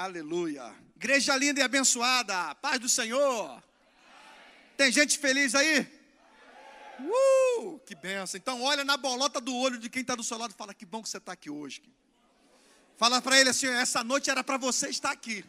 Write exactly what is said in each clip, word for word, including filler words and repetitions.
Aleluia. Igreja linda e abençoada. Paz do Senhor. Tem gente feliz aí? Uh, que benção. Então olha na bolota do olho de quem está do seu lado e fala: que bom que você está aqui hoje. Fala para ele assim: essa noite era para você estar aqui.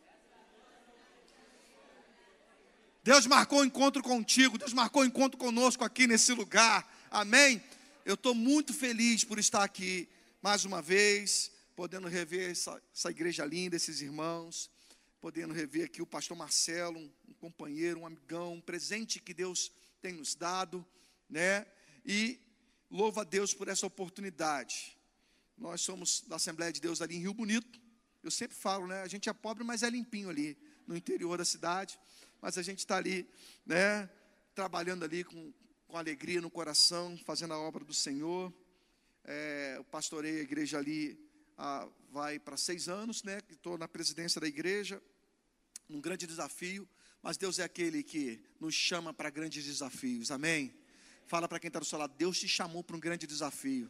Deus marcou um encontro contigo. Deus marcou um encontro conosco aqui nesse lugar. Amém? Eu estou muito feliz por estar aqui mais uma vez, podendo rever essa, essa igreja linda, esses irmãos, podendo rever aqui o pastor Marcelo, um, um companheiro, um amigão, um presente que Deus tem nos dado, né? E louvo a Deus por essa oportunidade. Nós somos da Assembleia de Deus ali em Rio Bonito. Eu sempre falo, né? A gente é pobre, mas é limpinho ali, no interior da cidade. Mas a gente está ali, né? Trabalhando ali com, com alegria no coração, fazendo a obra do Senhor. É, eu pastorei a igreja ali, ah, vai para seis anos, né? Estou na presidência da igreja, um grande desafio. Mas Deus é aquele que nos chama para grandes desafios, amém? Fala para quem está do seu lado: Deus te chamou para um grande desafio.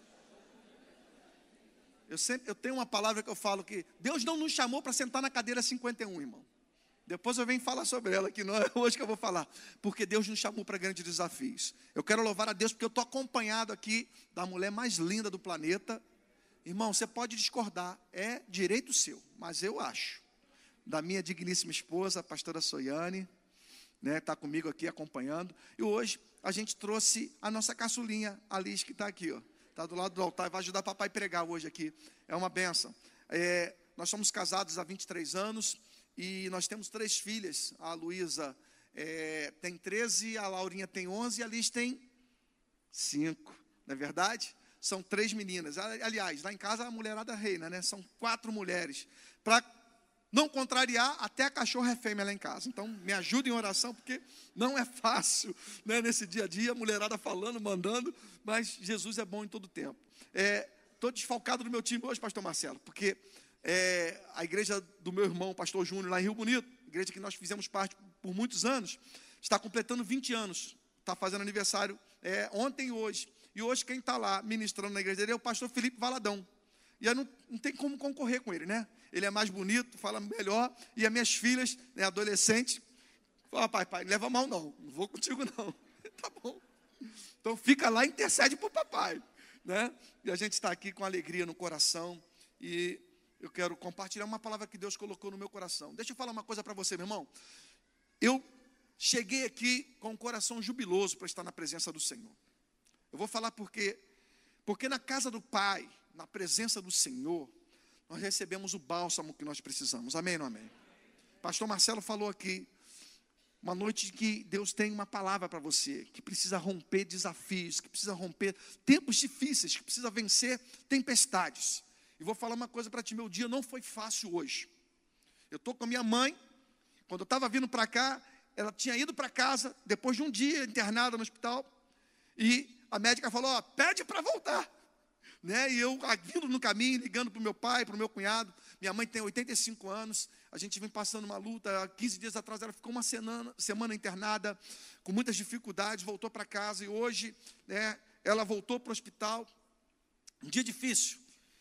Eu, sempre, eu tenho uma palavra que eu falo que Deus não nos chamou para sentar na cadeira cinquenta e um, irmão. Depois eu venho falar sobre ela, que não é hoje que eu vou falar. Porque Deus nos chamou para grandes desafios. Eu quero louvar a Deus porque eu estou acompanhado aqui da mulher mais linda do planeta. Irmão, você pode discordar, é direito seu, mas eu acho. Da minha digníssima esposa, a pastora Soiane, né, está comigo aqui acompanhando. E hoje a gente trouxe a nossa caçulinha, a Liz, que está aqui, ó. Está do lado do altar e vai ajudar papai a pregar hoje aqui. É uma bênção. É, nós somos casados há vinte e três anos e nós temos três filhas. A Luísa é, tem treze, a Laurinha tem onze e a Liz tem cinco. Não é verdade? São três meninas. Aliás, lá em casa a mulherada reina, né? São quatro mulheres. Para não contrariar, até a cachorra é fêmea lá em casa. Então, me ajuda em oração, porque não é fácil, né, nesse dia a dia, a mulherada falando, mandando, mas Jesus é bom em todo tempo. Estou é, desfalcado do meu time hoje, pastor Marcelo, porque é, a igreja do meu irmão, pastor Júnior, lá em Rio Bonito, igreja que nós fizemos parte por muitos anos, está completando vinte anos, está fazendo aniversário é, ontem e hoje. E hoje quem está lá ministrando na igreja dele é o pastor Felipe Valadão. E aí não, não tem como concorrer com ele, né? Ele é mais bonito, fala melhor. E as minhas filhas, né, adolescentes, falam: pai, pai, não leva mal não, não vou contigo não. Tá bom. Então fica lá e intercede para o papai, né? E a gente está aqui com alegria no coração. E eu quero compartilhar uma palavra que Deus colocou no meu coração. Deixa eu falar uma coisa para você, meu irmão. Eu cheguei aqui com um coração jubiloso para estar na presença do Senhor. Eu vou falar porque, porque na casa do Pai, na presença do Senhor, nós recebemos o bálsamo que nós precisamos. Amém ou não amém? Pastor Marcelo falou aqui, uma noite que Deus tem uma palavra para você, que precisa romper desafios, que precisa romper tempos difíceis, que precisa vencer tempestades. E vou falar uma coisa para ti: meu dia não foi fácil hoje. Eu estou com a minha mãe. Quando eu estava vindo para cá, ela tinha ido para casa, depois de um dia internada no hospital, e a médica falou: ó, pede para voltar. Né? E eu vindo no caminho, ligando para o meu pai, para o meu cunhado. Minha mãe tem oitenta e cinco anos, a gente vem passando uma luta. Há quinze dias atrás ela ficou uma semana, semana internada, com muitas dificuldades, voltou para casa. E hoje, né, ela voltou para o hospital, um dia difícil.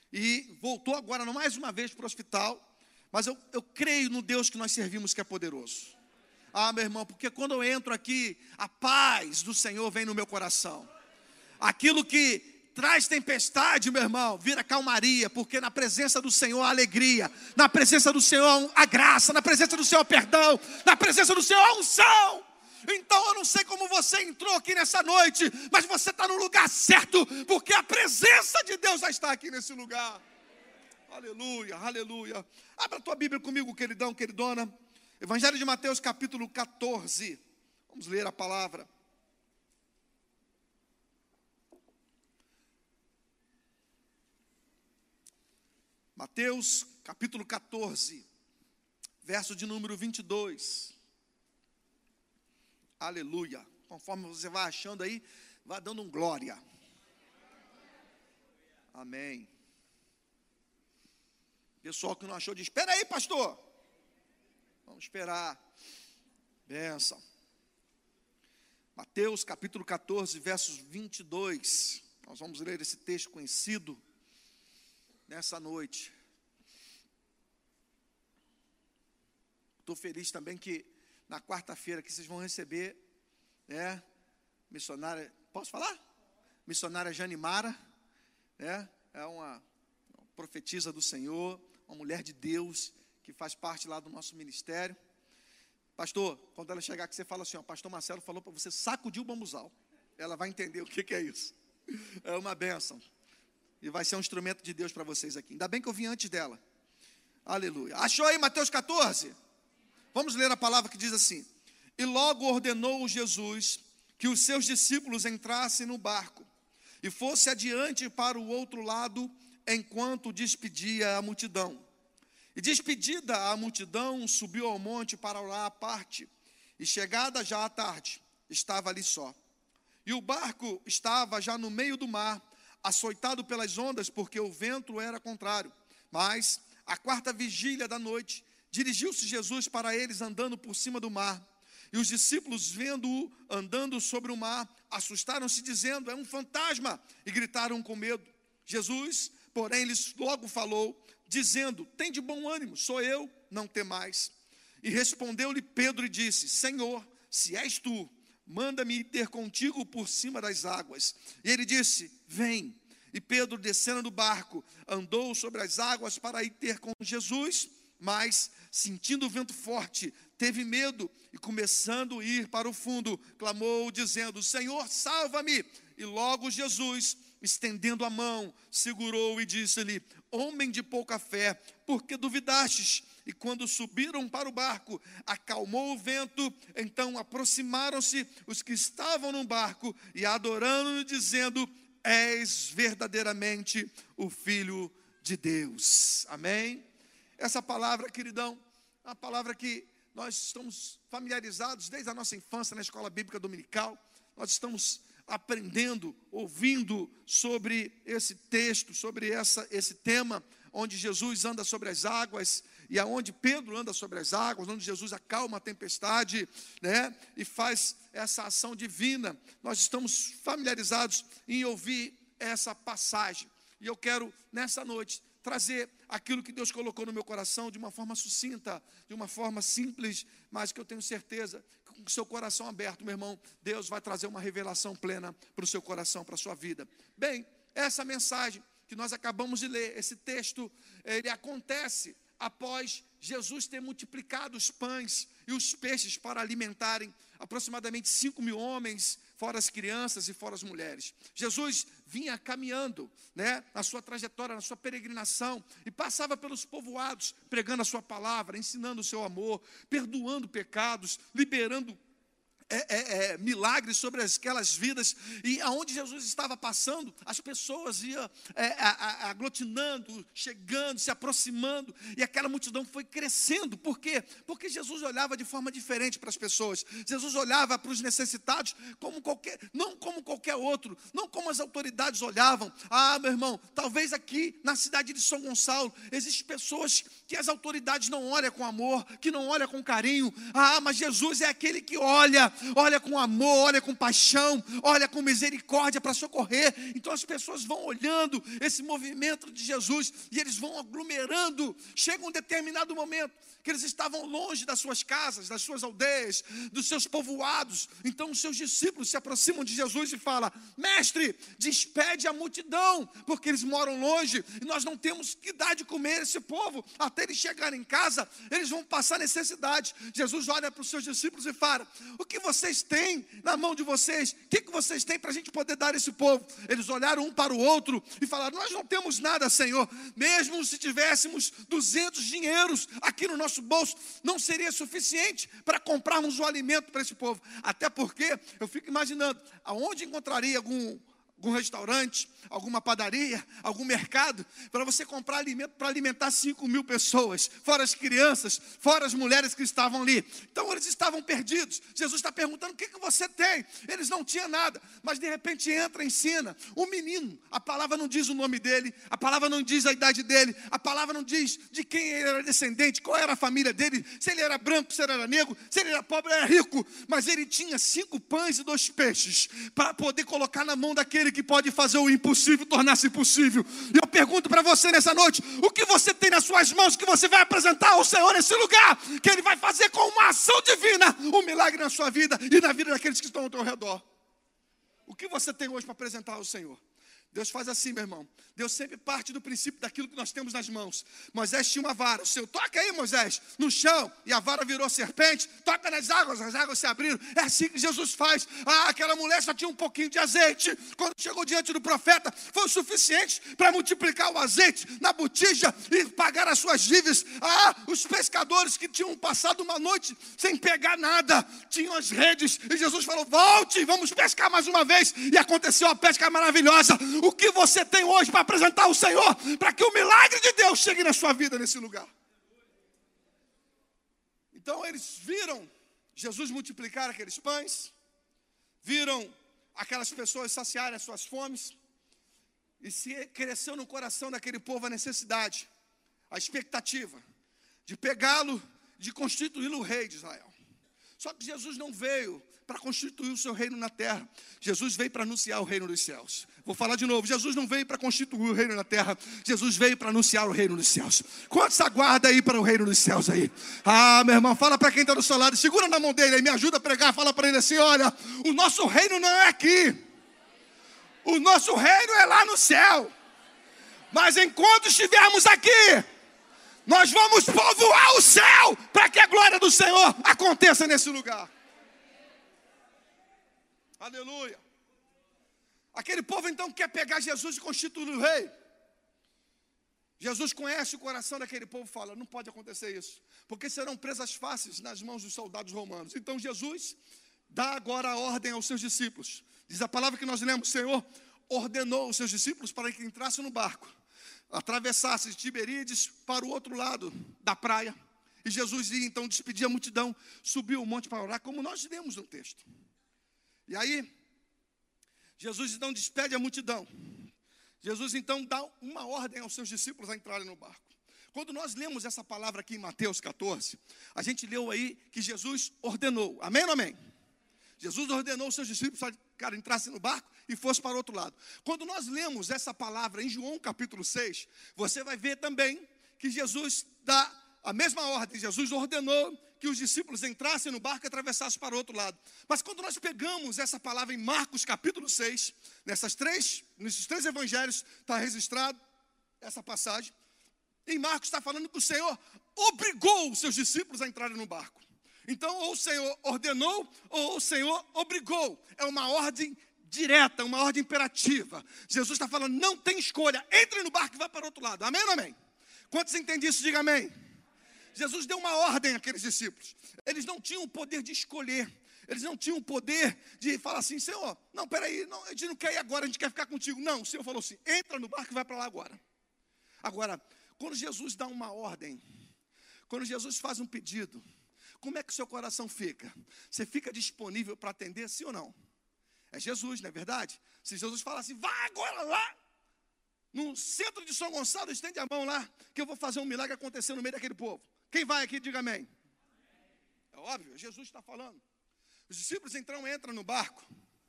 E voltou agora mais uma vez para o hospital. Mas eu, eu creio no Deus que nós servimos, que é poderoso. Ah, meu irmão, porque quando eu entro aqui, a paz do Senhor vem no meu coração. Aquilo que traz tempestade, meu irmão, vira calmaria, porque na presença do Senhor há alegria, na presença do Senhor há graça, na presença do Senhor há perdão, na presença do Senhor há unção. Então eu não sei como você entrou aqui nessa noite, mas você está no lugar certo, porque a presença de Deus já está aqui nesse lugar. Aleluia, aleluia. Abra a tua Bíblia comigo, queridão, queridona. Evangelho de Mateus, capítulo quatorze. Vamos ler a palavra. Mateus, capítulo quatorze, verso de número vinte e dois. Aleluia. Conforme você vai achando aí, vai dando um glória. Amém. Pessoal que não achou, diz: espera aí, pastor. Vamos esperar. Benção. Mateus, capítulo quatorze, versos vinte e dois. Nós vamos ler esse texto conhecido nessa noite. Estou feliz também que na quarta-feira que vocês vão receber, né, missionária, posso falar? Missionária Janimara, né, é uma profetisa do Senhor, uma mulher de Deus, que faz parte lá do nosso ministério. Pastor, quando ela chegar aqui, você fala assim, ó, pastor Marcelo falou para você sacudir o bambuzal. Ela vai entender o que, que é isso. É uma bênção. E vai ser um instrumento de Deus para vocês aqui. Ainda bem que eu vim antes dela. Aleluia. Achou aí Mateus catorze? Vamos ler a palavra que diz assim: e logo ordenou Jesus que os seus discípulos entrassem no barco e fosse adiante para o outro lado, enquanto despedia a multidão. E despedida a multidão, subiu ao monte para orar à parte, e chegada já à tarde, estava ali só. E o barco estava já no meio do mar, açoitado pelas ondas, porque o vento era contrário. Mas, à quarta vigília da noite, dirigiu-se Jesus para eles andando por cima do mar. E os discípulos, vendo-o andando sobre o mar, assustaram-se, dizendo, é um fantasma, e gritaram com medo. Jesus, porém, lhes logo falou, dizendo, tem de bom ânimo, sou eu, não temais. E respondeu-lhe Pedro e disse, Senhor, se és tu, manda-me ir ter contigo por cima das águas. E ele disse, vem. E Pedro, descendo do barco, andou sobre as águas para ir ter com Jesus, mas, sentindo o vento forte, teve medo e, começando a ir para o fundo, clamou, dizendo, Senhor, salva-me. E logo Jesus, estendendo a mão, segurou e disse-lhe, homem de pouca fé, por que duvidastes? E quando subiram para o barco, acalmou o vento, então aproximaram-se os que estavam no barco, e adorando-o, dizendo, és verdadeiramente o Filho de Deus. Amém? Essa palavra, queridão, é uma palavra que nós estamos familiarizados desde a nossa infância na escola bíblica dominical. Nós estamos aprendendo, ouvindo sobre esse texto, sobre essa, esse tema, onde Jesus anda sobre as águas, e aonde Pedro anda sobre as águas, onde Jesus acalma a tempestade, né, e faz essa ação divina. Nós estamos familiarizados em ouvir essa passagem, e eu quero, nessa noite, trazer aquilo que Deus colocou no meu coração de uma forma sucinta, de uma forma simples, mas que eu tenho certeza que com o seu coração aberto, meu irmão, Deus vai trazer uma revelação plena para o seu coração, para a sua vida. Bem, essa mensagem que nós acabamos de ler, esse texto, ele acontece após Jesus ter multiplicado os pães e os peixes para alimentarem aproximadamente cinco mil homens, fora as crianças e fora as mulheres. Jesus vinha caminhando, né, na sua trajetória, na sua peregrinação, e passava pelos povoados, pregando a sua palavra, ensinando o seu amor, perdoando pecados, liberando É, é, é, milagres sobre aquelas vidas, e aonde Jesus estava passando, as pessoas iam é, a, a, aglutinando, chegando, se aproximando, e aquela multidão foi crescendo. Por quê? Porque Jesus olhava de forma diferente para as pessoas. Jesus olhava para os necessitados como qualquer, não como qualquer outro, não como as autoridades olhavam. Ah, meu irmão, talvez aqui na cidade de São Gonçalo existem pessoas que as autoridades não olham com amor, que não olham com carinho. Ah, mas Jesus é aquele que olha olha com amor, olha com paixão, olha com misericórdia para socorrer. Então as pessoas vão olhando esse movimento de Jesus e eles vão aglomerando. Chega um determinado momento que eles estavam longe das suas casas, das suas aldeias, dos seus povoados. Então os seus discípulos se aproximam de Jesus e falam, mestre, despede a multidão, porque eles moram longe e nós não temos que dar de comer esse povo. Até eles chegarem em casa, eles vão passar necessidade. Jesus olha para os seus discípulos e fala, o que vocês têm na mão de vocês? O que, que vocês têm para a gente poder dar a esse povo? Eles olharam um para o outro e falaram, nós não temos nada, Senhor. Mesmo se tivéssemos duzentos dinheiros aqui no nosso bolso, não seria suficiente para comprarmos o alimento para esse povo. Até porque eu fico imaginando, aonde encontraria algum algum restaurante, alguma padaria, algum mercado, para você comprar alimento para alimentar cinco mil pessoas, fora as crianças, fora as mulheres que estavam ali. Então eles estavam perdidos. Jesus está perguntando, o que, que você tem? Eles não tinham nada, mas de repente entra e ensina. Um menino, a palavra não diz o nome dele, a palavra não diz a idade dele, a palavra não diz de quem ele era descendente, qual era a família dele, se ele era branco, se ele era negro, se ele era pobre, era rico, mas ele tinha cinco pães e dois peixes, para poder colocar na mão daquele que pode fazer o impossível tornar-se possível. E eu pergunto para você nessa noite, o que você tem nas suas mãos que você vai apresentar ao Senhor nesse lugar, que Ele vai fazer com uma ação divina, um milagre na sua vida e na vida daqueles que estão ao teu redor. O que você tem hoje para apresentar ao Senhor? Deus faz assim, meu irmão. Deus sempre parte do princípio daquilo que nós temos nas mãos. Moisés tinha uma vara. O Senhor, toca aí, Moisés, no chão. E a vara virou serpente. Toca nas águas, as águas se abriram. É assim que Jesus faz. Ah, aquela mulher só tinha um pouquinho de azeite. Quando chegou diante do profeta, foi o suficiente para multiplicar o azeite na botija e pagar as suas dívidas. Ah, os pescadores que tinham passado uma noite sem pegar nada, tinham as redes. E Jesus falou, volte, vamos pescar mais uma vez. E aconteceu a pesca maravilhosa. O que você tem hoje para apresentar ao Senhor, para que o milagre de Deus chegue na sua vida nesse lugar? Então eles viram Jesus multiplicar aqueles pães, viram aquelas pessoas saciarem as suas fomes, e se cresceu no coração daquele povo a necessidade, a expectativa de pegá-lo, de constituí-lo o rei de Israel. Só que Jesus não veio para constituir o seu reino na terra. Jesus veio para anunciar o reino dos céus. Vou falar de novo. Jesus não veio para constituir o reino na terra. Jesus veio para anunciar o reino dos céus. Quantos aguarda aí para o reino dos céus aí? Ah, meu irmão, fala para quem está do seu lado. Segura na mão dele aí, me ajuda a pregar. Fala para ele assim, olha, o nosso reino não é aqui. O nosso reino é lá no céu. Mas enquanto estivermos aqui, nós vamos povoar o céu para que a glória do Senhor aconteça nesse lugar. Aleluia. Aquele povo então quer pegar Jesus e constituir o rei. Jesus conhece o coração daquele povo e fala, não pode acontecer isso, porque serão presas fáceis nas mãos dos soldados romanos. Então Jesus dá agora a ordem aos seus discípulos. Diz a palavra que nós lemos, o Senhor ordenou os seus discípulos para que entrassem no barco, atravessasse de Tiberíades para o outro lado da praia. E Jesus ia então despedir a multidão, subiu o monte para orar, como nós lemos no texto. E aí, Jesus então despede a multidão. Jesus então dá uma ordem aos seus discípulos a entrarem no barco. Quando nós lemos essa palavra aqui em Mateus catorze, a gente leu aí que Jesus ordenou. Amém ou não amém? Jesus ordenou aos seus discípulos para entrassem no barco e fossem para o outro lado. Quando nós lemos essa palavra em João capítulo seis, você vai ver também que Jesus dá a mesma ordem. Jesus ordenou que os discípulos entrassem no barco e atravessassem para o outro lado. Mas quando nós pegamos essa palavra em Marcos capítulo seis, nessas três, nesses três evangelhos está registrado essa passagem. Em Marcos está falando que o Senhor obrigou os seus discípulos a entrarem no barco. Então, ou o Senhor ordenou, ou o Senhor obrigou. É uma ordem direta, uma ordem imperativa. Jesus está falando, não tem escolha, entre no barco e vá para o outro lado. Amém ou não amém? Quantos entendem isso? Diga amém. Jesus deu uma ordem àqueles discípulos. Eles não tinham o poder de escolher. Eles não tinham o poder de falar assim, Senhor, não, peraí, não, a gente não quer ir agora, a gente quer ficar contigo. Não, o Senhor falou assim, entra no barco e vai para lá agora. Agora, quando Jesus dá uma ordem, quando Jesus faz um pedido, como é que o seu coração fica? Você fica disponível para atender, sim ou não? É Jesus, não é verdade? Se Jesus fala assim, vai agora lá, no centro de São Gonçalo, estende a mão lá, que eu vou fazer um milagre acontecer no meio daquele povo. Quem vai aqui, diga amém. É óbvio, Jesus está falando. Os discípulos então entram no barco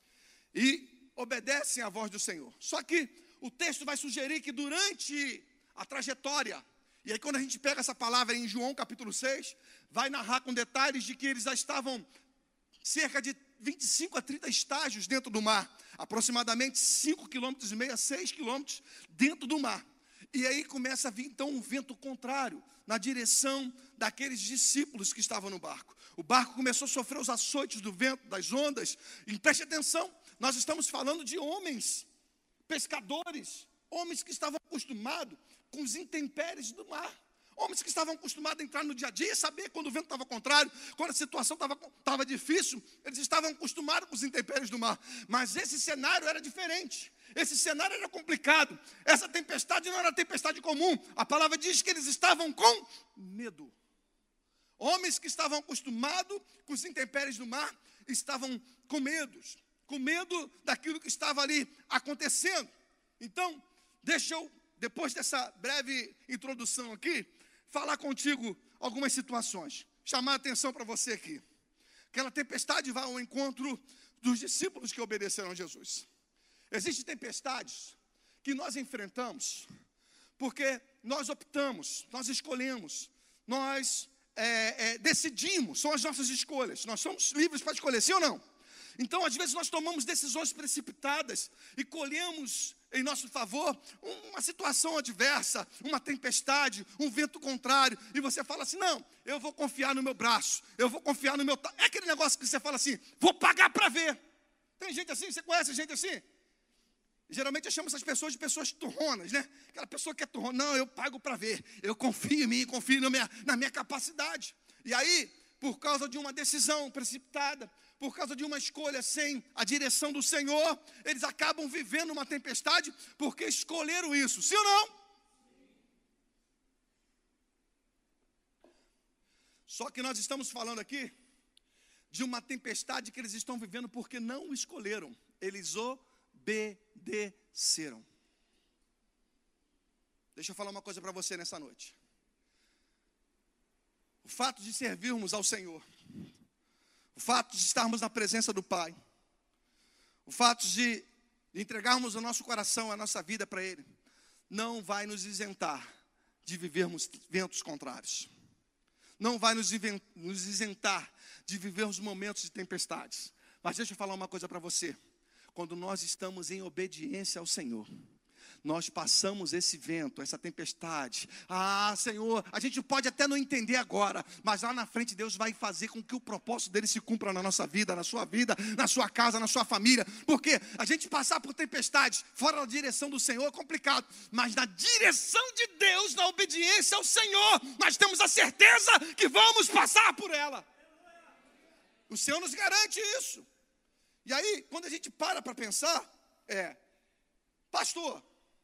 e obedecem à voz do Senhor. Só que o texto vai sugerir que durante a trajetória, e aí quando a gente pega essa palavra em João capítulo seis, vai narrar com detalhes de que eles já estavam cerca de vinte e cinco a trinta estágios dentro do mar, aproximadamente cinco quilômetros e meio a seis quilômetros dentro do mar. E aí começa a vir então um vento contrário na direção daqueles discípulos que estavam no barco. O barco começou a sofrer os açoites do vento, das ondas. E preste atenção, nós estamos falando de homens, pescadores, homens que estavam acostumados com os intempéries do mar. Homens que estavam acostumados a entrar no dia a dia, saber quando o vento estava contrário, quando a situação estava, estava difícil, eles estavam acostumados com os intempéries do mar. Mas esse cenário era diferente, esse cenário era complicado, essa tempestade não era tempestade comum. A palavra diz que eles estavam com medo. Homens que estavam acostumados com os intempéries do mar, estavam com medo, com medo daquilo que estava ali acontecendo. Então, deixa eu, depois dessa breve introdução aqui, falar contigo algumas situações, chamar a atenção para você aqui. Aquela tempestade vai ao encontro dos discípulos que obedeceram a Jesus. Existem tempestades que nós enfrentamos porque nós optamos, nós escolhemos, nós é, é, decidimos, são as nossas escolhas. Nós somos livres para escolher, sim ou não? Então, às vezes, nós tomamos decisões precipitadas e colhemos em nosso favor uma situação adversa, uma tempestade, um vento contrário, e você fala assim, não, eu vou confiar no meu braço, eu vou confiar no meu... É aquele negócio que você fala assim, vou pagar para ver. Tem gente assim, você conhece gente assim? Geralmente eu chamo essas pessoas de pessoas turronas, né? Aquela pessoa que é turrona, não, eu pago para ver, eu confio em mim, confio na minha, na minha capacidade. E aí, por causa de uma decisão precipitada, por causa de uma escolha sem a direção do Senhor, eles acabam vivendo uma tempestade porque escolheram isso, sim ou não? Só que nós estamos falando aqui de uma tempestade que eles estão vivendo porque não escolheram, eles obedeceram. Deixa eu falar uma coisa para você nessa noite. O fato de servirmos ao Senhor, o fato de estarmos na presença do Pai, o fato de entregarmos o nosso coração, a nossa vida para Ele, não vai nos isentar de vivermos ventos contrários. Não vai nos isentar de vivermos momentos de tempestades. Mas deixa eu falar uma coisa para você. Quando nós estamos em obediência ao Senhor, nós passamos esse vento, essa tempestade. Ah, Senhor, a gente pode até não entender agora, mas lá na frente Deus vai fazer com que o propósito dele se cumpra na nossa vida, na sua vida, na sua casa, na sua família. Porque a gente passar por tempestades fora da direção do Senhor é complicado, mas na direção de Deus, na obediência ao Senhor, nós temos a certeza que vamos passar por ela. O Senhor nos garante isso. E aí, quando a gente para para pensar, é, pastor,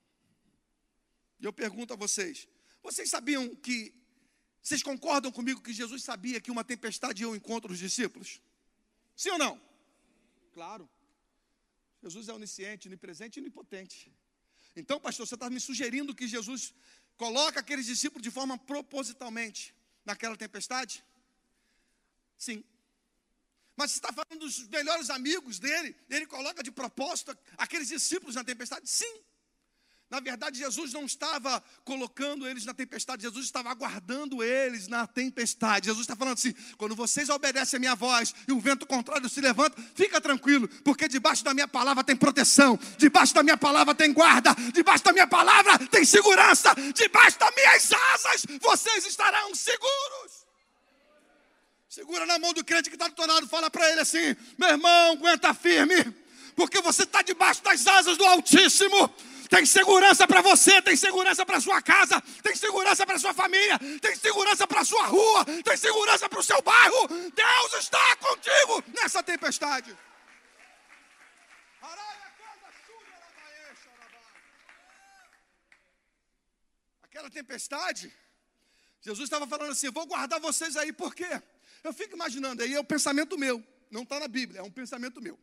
e eu pergunto a vocês, vocês sabiam que, vocês concordam comigo que Jesus sabia que uma tempestade ia ao encontro dos discípulos? Sim ou não? Claro. Jesus é onisciente, onipresente e onipotente. Então, pastor, você está me sugerindo que Jesus coloca aqueles discípulos de forma propositalmente naquela tempestade? Sim. Mas você está falando dos melhores amigos dele, ele coloca de propósito aqueles discípulos na tempestade? Sim. Na verdade, Jesus não estava colocando eles na tempestade, Jesus estava aguardando eles na tempestade. Jesus está falando assim, quando vocês obedecem a minha voz e o vento contrário se levanta, fica tranquilo, porque debaixo da minha palavra tem proteção, debaixo da minha palavra tem guarda, debaixo da minha palavra tem segurança, debaixo das minhas asas vocês estarão seguros. Segura na mão do crente que está do teu lado, fala para ele assim, meu irmão, aguenta firme, porque você está debaixo das asas do Altíssimo. Tem segurança para você, tem segurança para sua casa, tem segurança para sua família, tem segurança para sua rua, tem segurança para o seu bairro. Deus está contigo nessa tempestade. Aquela tempestade, Jesus estava falando assim, vou guardar vocês aí, por quê? Eu fico imaginando, aí é o pensamento meu, não está na Bíblia, é um pensamento meu.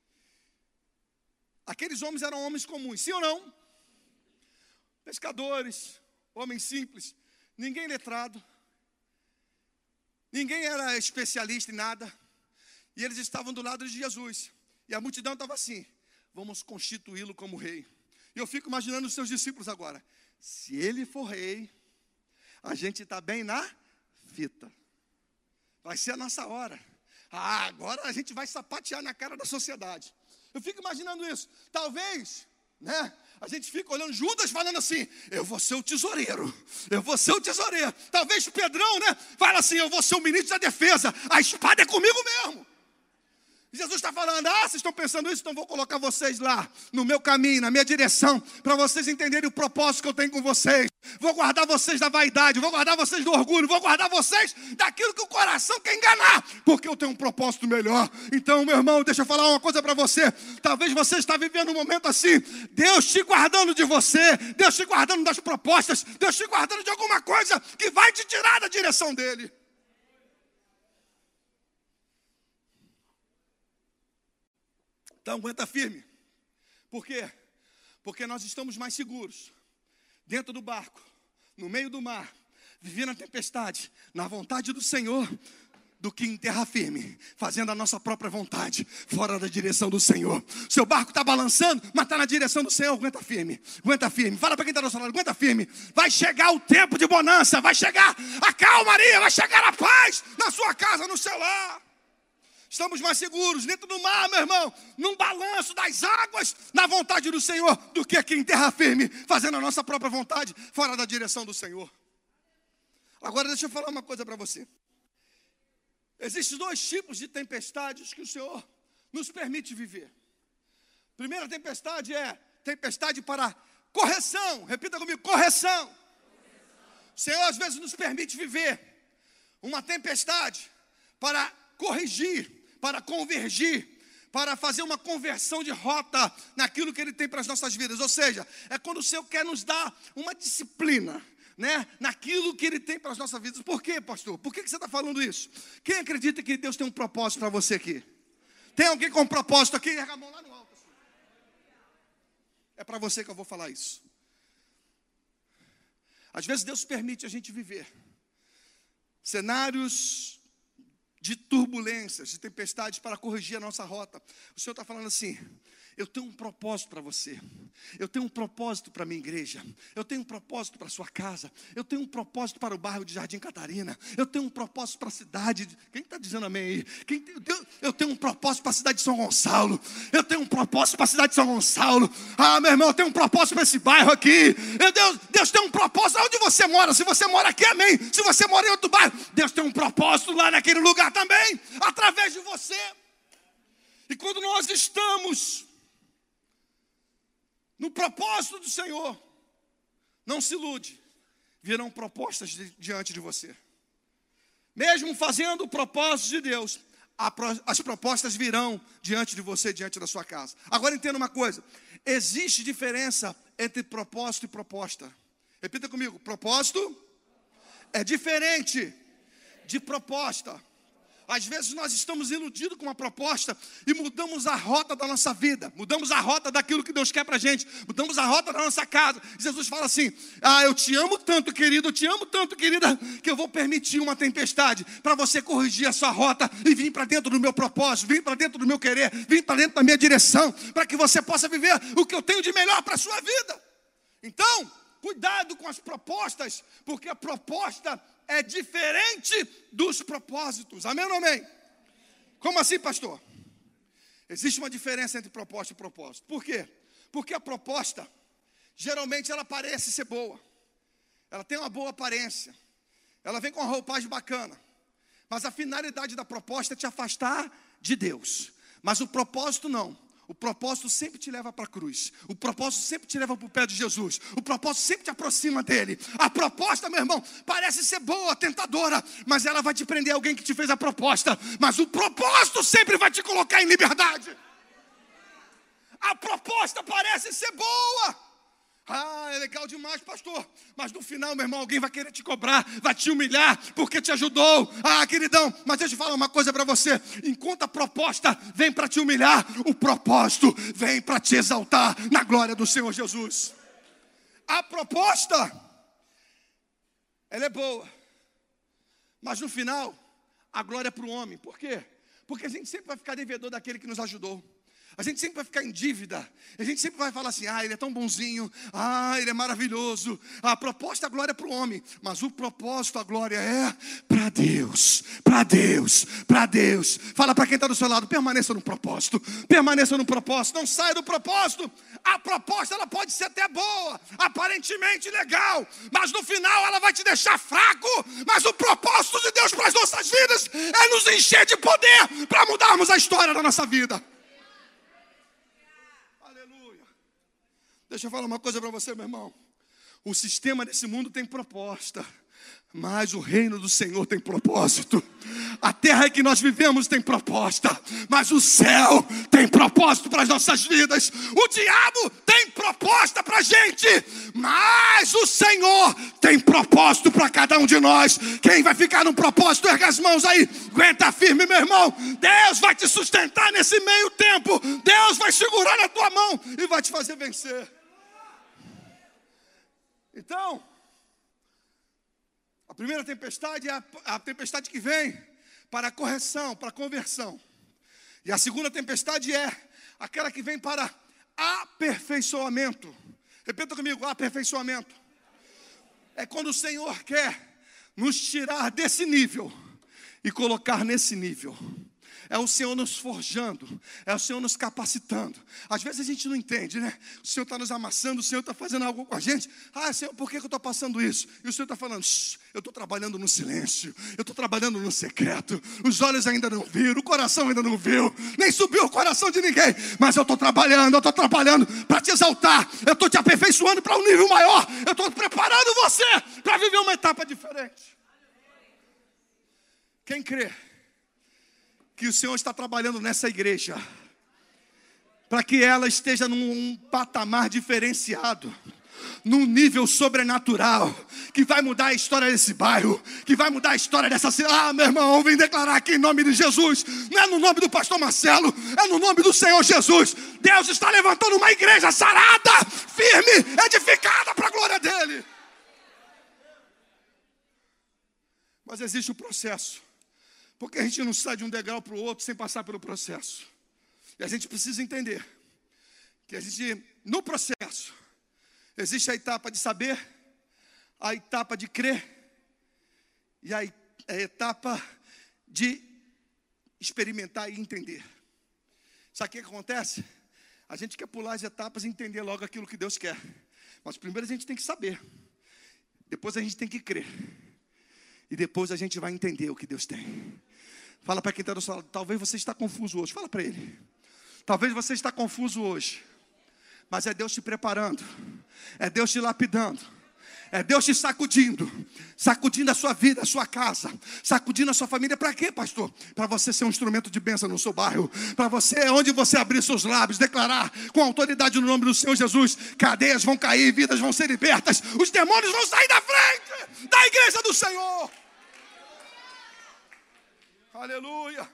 Aqueles homens eram homens comuns, sim ou não? Pescadores, homens simples, ninguém letrado, ninguém era especialista em nada, e eles estavam do lado de Jesus, e a multidão estava assim, vamos constituí-lo como rei. E eu fico imaginando os seus discípulos agora, se ele for rei, a gente está bem na fita, vai ser a nossa hora, ah, agora a gente vai sapatear na cara da sociedade. Eu fico imaginando isso. Talvez, né, a gente fica olhando Judas falando assim, eu vou ser o tesoureiro, eu vou ser o tesoureiro. Talvez Pedrão, né, fala assim, eu vou ser o ministro da defesa, a espada é comigo mesmo. Jesus está falando, ah, vocês estão pensando isso, então vou colocar vocês lá, no meu caminho, na minha direção, para vocês entenderem o propósito que eu tenho com vocês. Vou guardar vocês da vaidade, vou guardar vocês do orgulho, vou guardar vocês daquilo que o coração quer enganar, porque eu tenho um propósito melhor. Então, meu irmão, deixa eu falar uma coisa para você. Talvez você está vivendo um momento assim, Deus te guardando de você, Deus te guardando das propostas, Deus te guardando de alguma coisa que vai te tirar da direção dele. Então aguenta firme. Por quê? Porque nós estamos mais seguros. Dentro do barco, no meio do mar, vivendo a tempestade, na vontade do Senhor, do que em terra firme, fazendo a nossa própria vontade, fora da direção do Senhor. Seu barco está balançando, mas está na direção do Senhor. Aguenta firme, aguenta firme. Fala para quem está do seu lado, aguenta firme. Vai chegar o tempo de bonança, vai chegar a calmaria, vai chegar a paz na sua casa, no seu lar. Estamos mais seguros dentro do mar, meu irmão, num balanço das águas, na vontade do Senhor, do que aqui em terra firme, fazendo a nossa própria vontade, fora da direção do Senhor. Agora deixa eu falar uma coisa para você. Existem dois tipos de tempestades que o Senhor nos permite viver. A primeira tempestade é tempestade para correção. Repita comigo, correção. O Senhor às vezes nos permite viver uma tempestade para corrigir, para convergir, para fazer uma conversão de rota naquilo que Ele tem para as nossas vidas. Ou seja, é quando o Senhor quer nos dar uma disciplina, né, naquilo que Ele tem para as nossas vidas. Por quê, pastor? Por que que você está falando isso? Quem acredita que Deus tem um propósito para você aqui? Tem alguém com um propósito aqui? Erga a mão lá no alto. Assim. É para você que eu vou falar isso. Às vezes Deus permite a gente viver cenários de turbulências, de tempestades para corrigir a nossa rota. O Senhor está falando assim: eu tenho um propósito para você, eu tenho um propósito para a minha igreja, eu tenho um propósito para a sua casa, eu tenho um propósito para o bairro de Jardim Catarina, eu tenho um propósito para a cidade, quem está dizendo amém aí? Quem tem, eu tenho um propósito para a cidade de São Gonçalo, eu tenho um propósito para a cidade de São Gonçalo, ah meu irmão, eu tenho um propósito para esse bairro aqui, meu Deus, Deus tem um propósito, onde você mora, se você mora aqui, amém, se você mora em outro bairro, Deus tem um propósito lá naquele lugar também, através de você. E quando nós estamos no propósito do Senhor, não se ilude, virão propostas de, diante de você. Mesmo fazendo o propósito de Deus, a, as propostas virão diante de você, diante da sua casa. Agora entenda uma coisa, existe diferença entre propósito e proposta. Repita comigo, propósito é diferente de proposta. Às vezes nós estamos iludidos com uma proposta e mudamos a rota da nossa vida, mudamos a rota daquilo que Deus quer para a gente, mudamos a rota da nossa casa. Jesus fala assim: ah, eu te amo tanto, querido, eu te amo tanto, querida, que eu vou permitir uma tempestade para você corrigir a sua rota e vir para dentro do meu propósito, vir para dentro do meu querer, vir para dentro da minha direção, para que você possa viver o que eu tenho de melhor para a sua vida. Então, cuidado com as propostas, porque a proposta é diferente dos propósitos. Amém ou não amém? Como assim, pastor? Existe uma diferença entre proposta e propósito. Por quê? Porque a proposta, geralmente ela parece ser boa. Ela tem uma boa aparência. Ela vem com uma roupagem bacana. Mas a finalidade da proposta é te afastar de Deus. Mas o propósito não. O propósito sempre te leva para a cruz. O propósito sempre te leva para o pé de Jesus. O propósito sempre te aproxima dele. A proposta, meu irmão, parece ser boa, tentadora, mas ela vai te prender a alguém que te fez a proposta. Mas o propósito sempre vai te colocar em liberdade. A proposta parece ser boa. Ah, é legal demais, pastor. Mas no final, meu irmão, alguém vai querer te cobrar, vai te humilhar, porque te ajudou. Ah, queridão, mas deixa eu falar uma coisa para você. Enquanto a proposta vem para te humilhar, o propósito vem para te exaltar na glória do Senhor Jesus. A proposta, ela é boa. Mas no final, a glória é para o homem. Por quê? Porque a gente sempre vai ficar devedor daquele que nos ajudou. A gente sempre vai ficar em dívida. A gente sempre vai falar assim: ah, ele é tão bonzinho. Ah, ele é maravilhoso. A proposta, a glória é para o homem. Mas o propósito, a glória é para Deus. Para Deus. Para Deus. Fala para quem está do seu lado: permaneça no propósito. Permaneça no propósito. Não saia do propósito. A proposta, ela pode ser até boa, aparentemente legal, mas no final ela vai te deixar fraco. Mas o propósito de Deus para as nossas vidas é nos encher de poder para mudarmos a história da nossa vida. Deixa eu falar uma coisa para você, meu irmão. O sistema desse mundo tem proposta, mas o reino do Senhor tem propósito. A terra que nós vivemos tem proposta, mas o céu tem propósito para as nossas vidas. O diabo tem proposta para a gente, mas o Senhor tem propósito para cada um de nós. Quem vai ficar no propósito, erga as mãos aí. Aguenta firme, meu irmão. Deus vai te sustentar nesse meio tempo. Deus vai segurar na tua mão e vai te fazer vencer. Então, a primeira tempestade é a, a tempestade que vem para a correção, para a conversão. E a segunda tempestade é aquela que vem para aperfeiçoamento. Repita comigo, aperfeiçoamento. É quando o Senhor quer nos tirar desse nível e colocar nesse nível. É o Senhor nos forjando, é o Senhor nos capacitando. Às vezes a gente não entende, né? O Senhor está nos amassando, o Senhor está fazendo algo com a gente. Ah, Senhor, por que eu estou passando isso? E o Senhor está falando, eu estou trabalhando no silêncio, eu estou trabalhando no secreto. Os olhos ainda não viram, o coração ainda não viu, nem subiu o coração de ninguém. Mas eu estou trabalhando, eu estou trabalhando para te exaltar. Eu estou te aperfeiçoando para um nível maior. Eu estou preparando você para viver uma etapa diferente. Quem crê que o Senhor está trabalhando nessa igreja, para que ela esteja num patamar diferenciado, num nível sobrenatural, que vai mudar a história desse bairro, que vai mudar a história dessa cidade. Ah, meu irmão, vem declarar aqui em nome de Jesus. Não é no nome do pastor Marcelo, é no nome do Senhor Jesus. Deus está levantando uma igreja sarada, firme, edificada para a glória dele. Mas existe um processo. Porque a gente não sai de um degrau para o outro sem passar pelo processo. E a gente precisa entender que a gente, no processo, existe a etapa de saber, a etapa de crer e a, a etapa de experimentar e entender. Sabe o que acontece? A gente quer pular as etapas e entender logo aquilo que Deus quer. Mas primeiro a gente tem que saber. Depois a gente tem que crer. E depois a gente vai entender o que Deus tem. Fala para quem está do seu lado, talvez você está confuso hoje. Fala para ele. Talvez você está confuso hoje. Mas é Deus te preparando. É Deus te lapidando. É Deus te sacudindo. Sacudindo a sua vida, a sua casa. Sacudindo a sua família. Para quê, pastor? Para você ser um instrumento de bênção no seu bairro. Para você, onde você abrir seus lábios, declarar com autoridade no nome do Senhor Jesus. Cadeias vão cair, vidas vão ser libertas. Os demônios vão sair da frente da igreja do Senhor. Aleluia.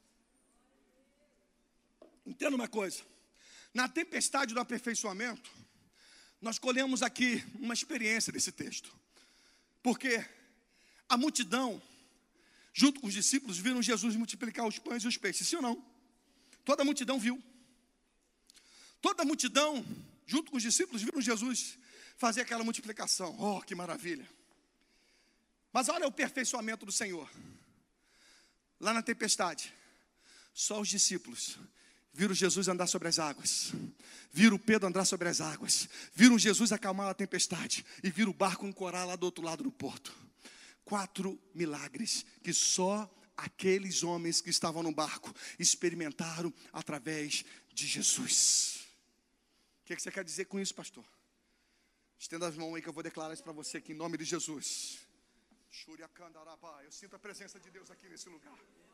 Entenda uma coisa. Na tempestade do aperfeiçoamento, nós colhemos aqui uma experiência desse texto. Porque a multidão, junto com os discípulos, viram Jesus multiplicar os pães e os peixes. Sim ou não? Toda a multidão viu. Toda a multidão, junto com os discípulos, viram Jesus fazer aquela multiplicação. Oh, que maravilha. Mas olha o aperfeiçoamento do Senhor. Lá na tempestade, só os discípulos viram Jesus andar sobre as águas, viram Pedro andar sobre as águas, viram Jesus acalmar a tempestade e viram o barco ancorar lá do outro lado do porto. Quatro milagres que só aqueles homens que estavam no barco experimentaram através de Jesus. O que, é que você quer dizer com isso, pastor? Estenda as mãos aí que eu vou declarar isso para você aqui em nome de Jesus. Eu sinto a presença de Deus aqui nesse lugar.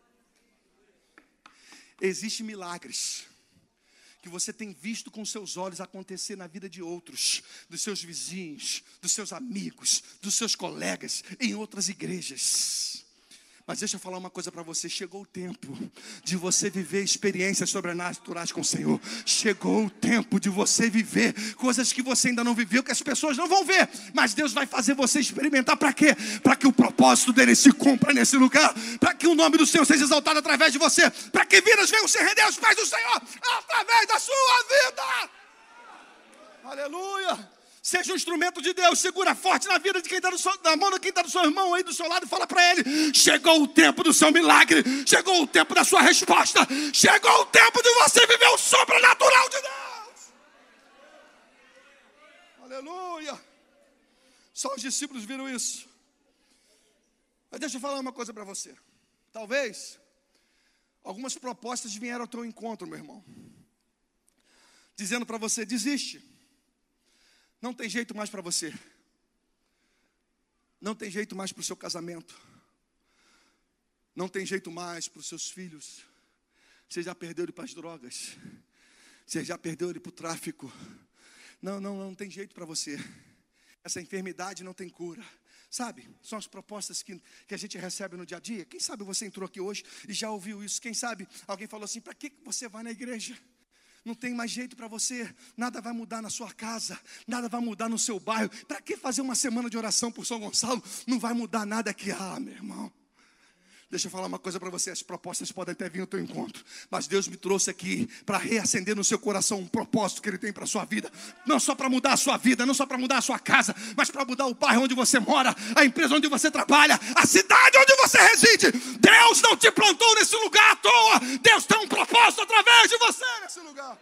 Existem milagres que você tem visto com seus olhos acontecer na vida de outros, dos seus vizinhos, dos seus amigos, dos seus colegas, em outras igrejas. Mas deixa eu falar uma coisa para você. Chegou o tempo de você viver experiências sobrenaturais com o Senhor. Chegou o tempo de você viver coisas que você ainda não viveu, que as pessoas não vão ver. Mas Deus vai fazer você experimentar para quê? Para que o propósito dele se cumpra nesse lugar. Para que o nome do Senhor seja exaltado através de você. Para que vidas venham se render aos pés do Senhor através da sua vida. Aleluia. Seja um instrumento de Deus. Segura forte na vida de quem está no seu, na mão de quem está do seu irmão aí do seu lado e fala para ele: chegou o tempo do seu milagre. Chegou o tempo da sua resposta. Chegou o tempo de você viver o sobrenatural de Deus. Aleluia. Só os discípulos viram isso. Mas deixa eu falar uma coisa para você. Talvez algumas propostas vieram ao teu encontro, meu irmão, dizendo para você: desiste. Não tem jeito mais para você. Não tem jeito mais para o seu casamento. Não tem jeito mais para os seus filhos. Você já perdeu ele para as drogas. Você já perdeu ele para o tráfico. Não, não, não tem jeito para você. Essa enfermidade não tem cura. Sabe, são as propostas que, que a gente recebe no dia a dia. Quem sabe você entrou aqui hoje e já ouviu isso. Quem sabe alguém falou assim: para que você vai na igreja? Não tem mais jeito para você, nada vai mudar na sua casa, nada vai mudar no seu bairro. Para que fazer uma semana de oração por São Gonçalo? Não vai mudar nada aqui. Ah, meu irmão, Deixa eu falar uma coisa para você, as propostas podem até vir ao teu encontro, mas Deus me trouxe aqui para reacender no seu coração um propósito que Ele tem para a sua vida. Não só para mudar a sua vida, não só para mudar a sua casa, mas para mudar o bairro onde você mora, a empresa onde você trabalha, a cidade onde você reside. Deus não te plantou nesse lugar à toa. Deus tem um propósito através de você nesse lugar.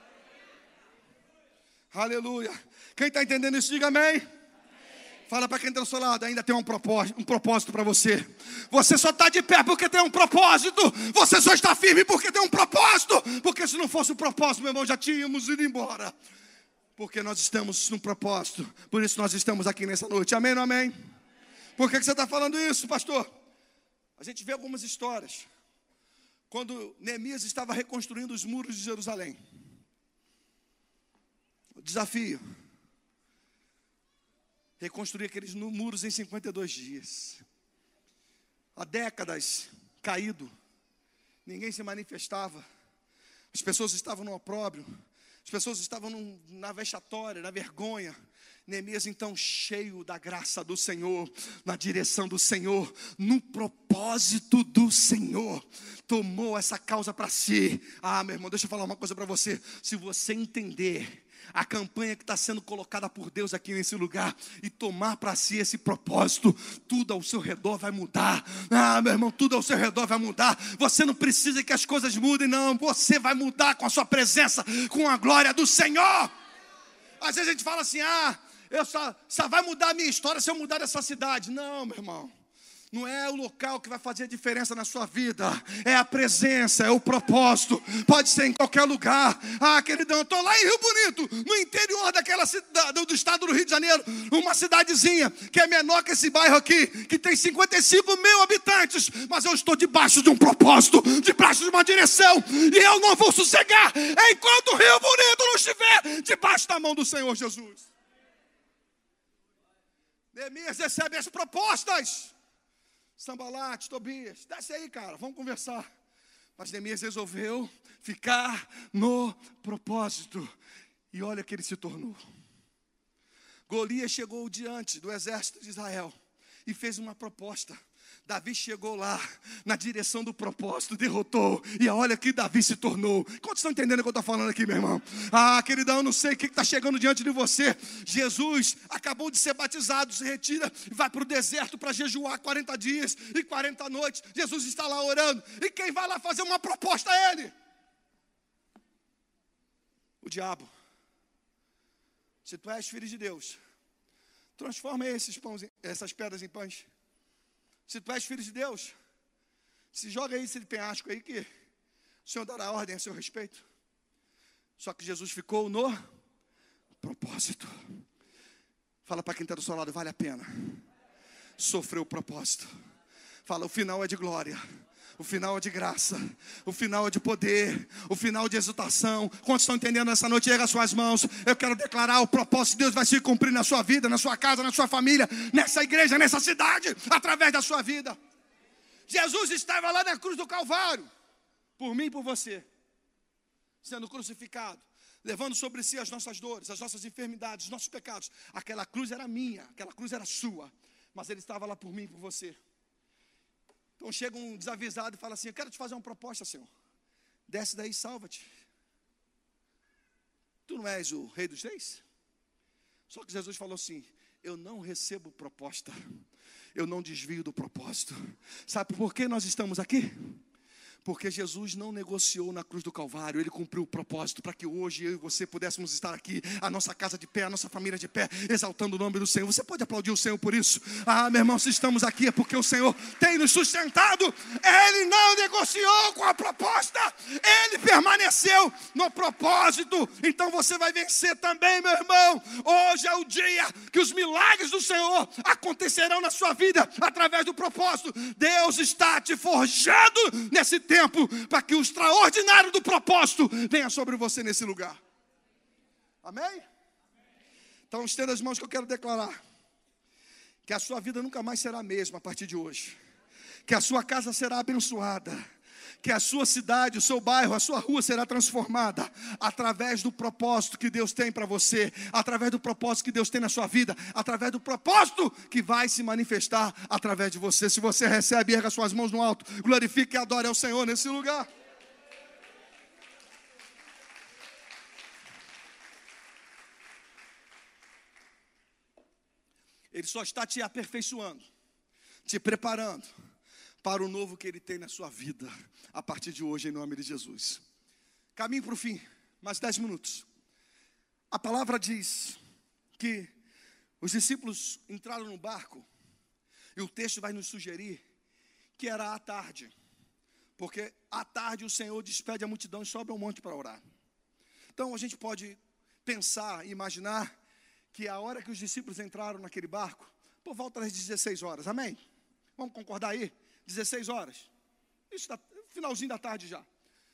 Aleluia. Quem está entendendo isso, diga amém. Fala para quem está do seu lado, ainda tem um propósito, um propósito para você. Você só está de pé porque tem um propósito. Você só está firme porque tem um propósito. Porque se não fosse um propósito, meu irmão, já tínhamos ido embora. Porque nós estamos num propósito. Por isso nós estamos aqui nessa noite. Amém ou não amém? Por que você está falando isso, pastor? A gente vê algumas histórias. Quando Neemias estava reconstruindo os muros de Jerusalém. O desafio: reconstruir aqueles muros em cinquenta e dois dias. Há décadas caído, ninguém se manifestava, as pessoas estavam no opróbrio, as pessoas estavam num, na vexatória, na vergonha. Neemias então, cheio da graça do Senhor, na direção do Senhor, no propósito do Senhor, tomou essa causa para si. Ah, meu irmão, deixa eu falar uma coisa para você. Se você entender a campanha que está sendo colocada por Deus aqui nesse lugar e tomar para si esse propósito, tudo ao seu redor vai mudar. Ah, meu irmão, tudo ao seu redor vai mudar. Você não precisa que as coisas mudem, não. Você vai mudar com a sua presença, com a glória do Senhor. Às vezes a gente fala assim: ah, eu só, só vai mudar a minha história se eu mudar dessa cidade. Não, meu irmão. Não é o local que vai fazer a diferença na sua vida. É a presença, é o propósito. Pode ser em qualquer lugar. Ah, queridão, eu estou lá em Rio Bonito, no interior daquela cidade, do estado do Rio de Janeiro. Uma cidadezinha que é menor que esse bairro aqui, que tem cinquenta e cinco mil habitantes. Mas eu estou debaixo de um propósito, debaixo de uma direção. E eu não vou sossegar enquanto o Rio Bonito não estiver debaixo da mão do Senhor Jesus. Neemias recebe as propostas. Sambalate, Tobias, desce aí, cara, vamos conversar. Mas Neemias resolveu ficar no propósito. E olha o que ele se tornou. Golias chegou diante do exército de Israel e fez uma proposta. Davi chegou lá, na direção do propósito, derrotou. E olha que Davi se tornou. Quantos estão entendendo o que eu estou falando aqui, meu irmão? Ah, queridão, eu não sei o que está chegando diante de você. Jesus acabou de ser batizado, se retira e vai para o deserto para jejuar quarenta dias e quarenta noites. Jesus está lá orando. E quem vai lá fazer uma proposta a ele? O diabo. Se tu és filho de Deus, transforma esses pães, essas pedras em pães. Se tu és filho de Deus, se joga aí esse penhasco aí que o Senhor dará ordem a seu respeito. Só que Jesus ficou no propósito. Fala para quem está do seu lado: vale a pena sofrer o propósito. Fala: o final é de glória, o final é de graça, o final é de poder, o final de exultação. Quantos estão entendendo essa noite? Erga as suas mãos. Eu quero declarar: o propósito de Deus vai se cumprir na sua vida, na sua casa, na sua família, nessa igreja, nessa cidade, através da sua vida. Jesus estava lá na cruz do Calvário, por mim e por você, sendo crucificado, levando sobre si as nossas dores, as nossas enfermidades, os nossos pecados. Aquela cruz era minha, aquela cruz era sua, mas Ele estava lá por mim e por você. Então chega um desavisado e fala assim: eu quero te fazer uma proposta, Senhor. Desce daí e salva-te. Tu não és o rei dos reis? Só que Jesus falou assim: eu não recebo proposta, eu não desvio do propósito. Sabe por que nós estamos aqui? Porque Jesus não negociou na cruz do Calvário. Ele cumpriu o propósito para que hoje eu e você pudéssemos estar aqui, a nossa casa de pé, a nossa família de pé, exaltando o nome do Senhor. Você pode aplaudir o Senhor por isso? Ah, meu irmão, se estamos aqui é porque o Senhor tem nos sustentado. Ele não negociou com a proposta, Ele permaneceu no propósito. Então você vai vencer também, meu irmão. Hoje é o dia que os milagres do Senhor acontecerão na sua vida através do propósito. Deus está te forjando nesse tempo tempo, para que o extraordinário do propósito venha sobre você nesse lugar. Amém? Então estenda as mãos que eu quero declarar que a sua vida nunca mais será a mesma a partir de hoje, que a sua casa será abençoada, que a sua cidade, o seu bairro, a sua rua será transformada através do propósito que Deus tem para você, através do propósito que Deus tem na sua vida, através do propósito que vai se manifestar através de você. Se você recebe, erga suas mãos no alto, glorifique e adore ao Senhor nesse lugar. Ele só está te aperfeiçoando, te preparando para o novo que Ele tem na sua vida, a partir de hoje, em nome de Jesus. Caminho para o fim, mais dez minutos. A palavra diz que os discípulos entraram no barco, e o texto vai nos sugerir que era à tarde, porque à tarde o Senhor despede a multidão e sobe ao monte para orar. Então a gente pode pensar e imaginar que a hora que os discípulos entraram naquele barco, por volta das dezesseis horas, amém? Vamos concordar aí? dezesseis horas, isso está finalzinho da tarde já.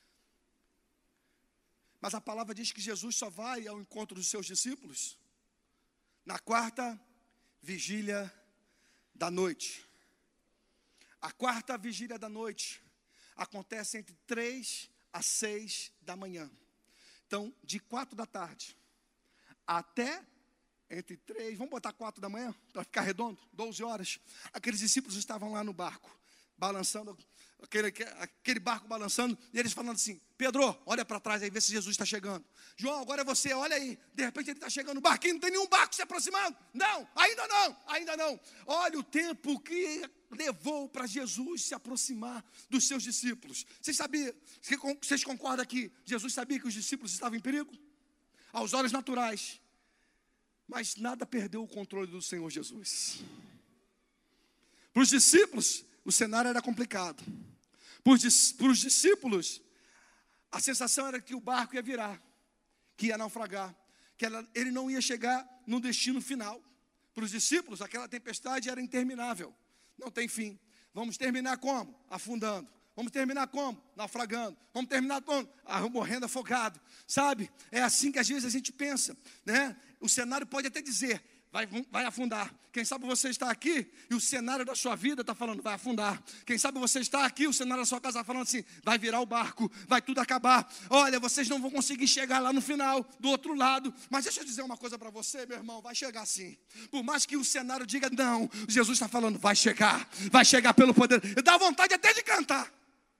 Mas a palavra diz que Jesus só vai ao encontro dos seus discípulos na quarta vigília da noite. A quarta vigília da noite acontece entre três a seis da manhã. Então, de quatro da tarde até entre três, vamos botar quatro da manhã, para ficar redondo, doze horas. Aqueles discípulos estavam lá no barco, balançando, aquele, aquele barco balançando, e eles falando assim: Pedro, olha para trás aí, vê se Jesus está chegando. João, agora é você, olha aí, de repente ele está chegando no barquinho, não tem nenhum barco se aproximando. Não, ainda não, ainda não. Olha o tempo que levou para Jesus se aproximar dos seus discípulos. Vocês sabiam, vocês concordam que Jesus sabia que os discípulos estavam em perigo? Aos olhos naturais. Mas nada perdeu o controle do Senhor Jesus. Para os discípulos, o cenário era complicado. Para os discípulos, a sensação era que o barco ia virar, que ia naufragar, que ela, ele não ia chegar no destino final. Para os discípulos, aquela tempestade era interminável, não tem fim. Vamos terminar como? Afundando. Vamos terminar como? Naufragando. Vamos terminar como? Ah, morrendo afogado. Sabe? É assim que às vezes a gente pensa, né? O cenário pode até dizer, vai, vai afundar. Quem sabe você está aqui e o cenário da sua vida está falando, vai afundar. Quem sabe você está aqui e o cenário da sua casa está falando assim, vai virar o barco, vai tudo acabar. Olha, vocês não vão conseguir chegar lá no final, do outro lado. Mas deixa eu dizer uma coisa para você, meu irmão, vai chegar sim. Por mais que o cenário diga não, Jesus está falando, vai chegar, vai chegar pelo poder. E dá vontade até de cantar.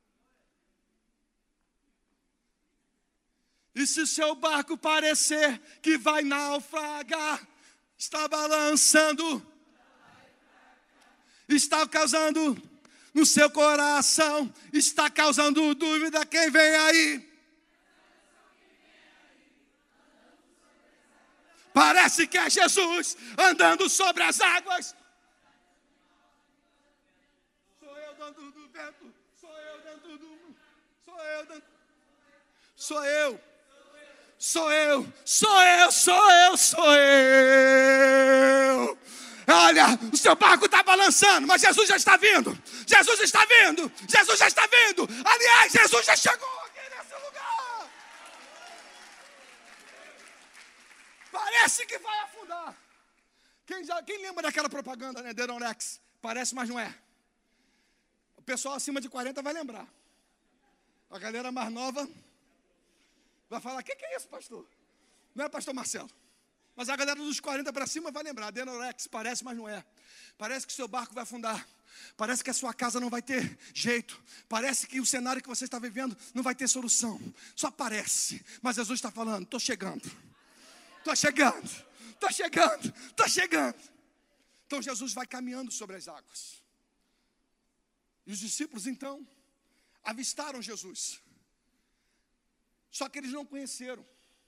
E se o seu barco parecer que vai naufragar, está balançando, está causando no seu coração, está causando dúvida, quem vem aí? Parece que é Jesus andando sobre as águas. Sou eu dentro do vento, sou eu dentro do... Sou eu dentro... Sou eu. Sou eu, sou eu, sou eu, sou eu. Olha, o seu barco está balançando, mas Jesus já está vindo. Jesus está vindo, Jesus já está vindo. Aliás, Jesus já chegou aqui nesse lugar. Parece que vai afundar. Quem, já, quem lembra daquela propaganda, né, Deronex? Parece, mas não é. O pessoal acima de quarenta vai lembrar. A galera mais nova vai falar, o que, que é isso, pastor? Não é pastor Marcelo. Mas a galera dos quarenta para cima vai lembrar. Denorex, parece, mas não é. Parece que o seu barco vai afundar. Parece que a sua casa não vai ter jeito. Parece que o cenário que você está vivendo não vai ter solução. Só parece. Mas Jesus está falando, estou chegando. Estou chegando. Estou chegando. Estou chegando. Então Jesus vai caminhando sobre as águas. E os discípulos então avistaram Jesus. Só que eles não conheceram.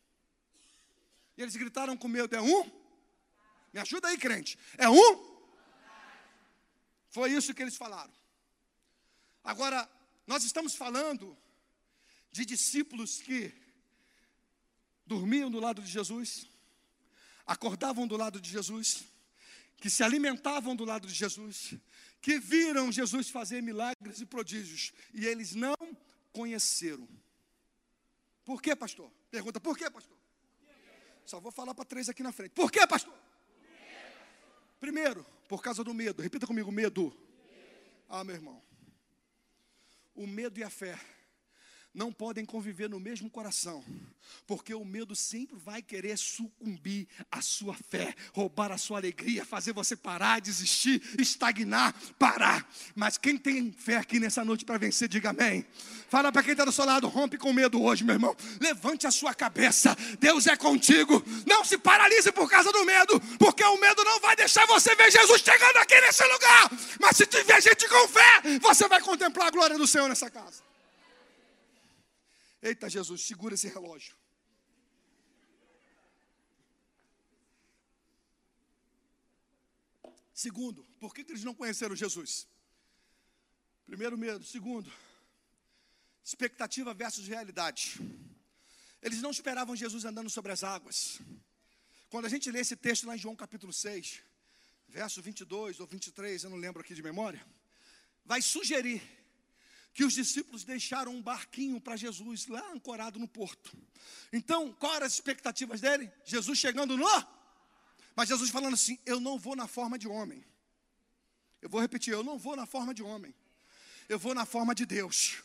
E eles gritaram com medo, é um? Me ajuda aí, crente. É um? Foi isso que eles falaram. Agora, nós estamos falando de discípulos que dormiam do lado de Jesus, acordavam do lado de Jesus, que se alimentavam do lado de Jesus, que viram Jesus fazer milagres e prodígios, e eles não conheceram. Por quê, pastor? Pergunta, por quê, pastor? Só vou falar para três aqui na frente. Por quê, pastor? Primeiro, por causa do medo. Repita comigo, medo. Ah, meu irmão. o medo e a fé não podem conviver no mesmo coração, porque o medo sempre vai querer sucumbir à sua fé, roubar a sua alegria, fazer você parar, desistir, estagnar, parar. Mas quem tem fé aqui nessa noite para vencer, diga amém. Fala para quem está do seu lado, rompe com medo hoje, meu irmão. Levante a sua cabeça, Deus é contigo. Não se paralise por causa do medo, porque o medo não vai deixar você ver Jesus chegando aqui nesse lugar. Mas se tiver gente com fé, você vai contemplar a glória do Senhor nessa casa. Eita, Jesus, segura esse relógio. Segundo, por que, que eles não conheceram Jesus? Primeiro, medo. Segundo, expectativa versus realidade. Eles não esperavam Jesus andando sobre as águas. Quando a gente lê esse texto lá em João capítulo seis, verso vinte e dois ou vinte e três, eu não lembro aqui de memória, vai sugerir que os discípulos deixaram um barquinho para Jesus lá ancorado no porto. Então, qual eram as expectativas dele? Jesus chegando no... Mas Jesus falando assim, eu não vou na forma de homem. Eu vou repetir, eu não vou na forma de homem. Eu vou na forma de Deus.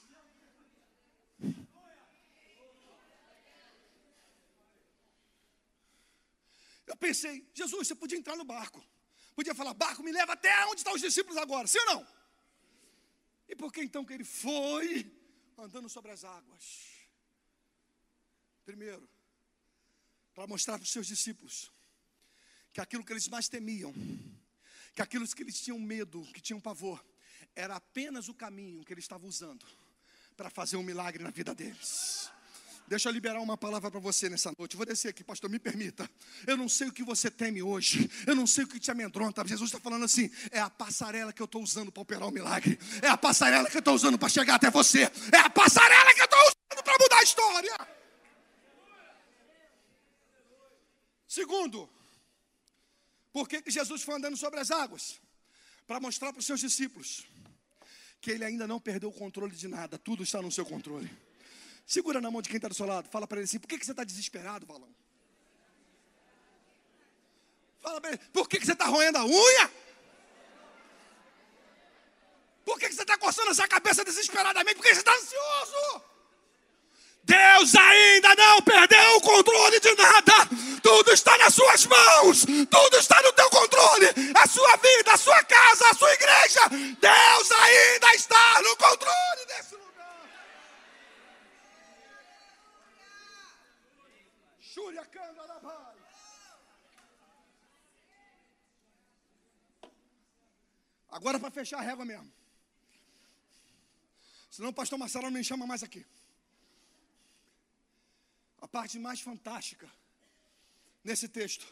Eu pensei, Jesus, você podia entrar no barco. Podia falar, barco, me leva até onde estão os discípulos agora, sim ou não? E por que então que ele foi andando sobre as águas? Primeiro, para mostrar para os seus discípulos que aquilo que eles mais temiam, que aquilo que eles tinham medo, que tinham pavor, era apenas o caminho que ele estava usando para fazer um milagre na vida deles. Deixa eu liberar uma palavra para você nessa noite. Vou descer aqui, pastor, me permita. Eu não sei o que você teme hoje. Eu não sei o que te amedronta. Jesus está falando assim, é a passarela que eu estou usando para operar o milagre. É a passarela que eu estou usando para chegar até você. É a passarela que eu estou usando para mudar a história. Segundo, por que que Jesus foi andando sobre as águas? Para mostrar para os seus discípulos que ele ainda não perdeu o controle de nada. Tudo está no seu controle. Segura na mão de quem está do seu lado. Fala para ele assim, por que que você está desesperado, Valão? Fala para ele, por que que você está roendo a unha? Por que que você está coçando essa cabeça desesperadamente? Por que você está ansioso? Deus ainda não perdeu o controle de nada. Tudo está nas suas mãos. Tudo está no teu controle. A sua vida, a sua casa, a sua igreja. Deus ainda está no controle desse lugar. Agora para fechar a régua mesmo. Senão o pastor Marcelo não me chama mais aqui. A parte mais fantástica nesse texto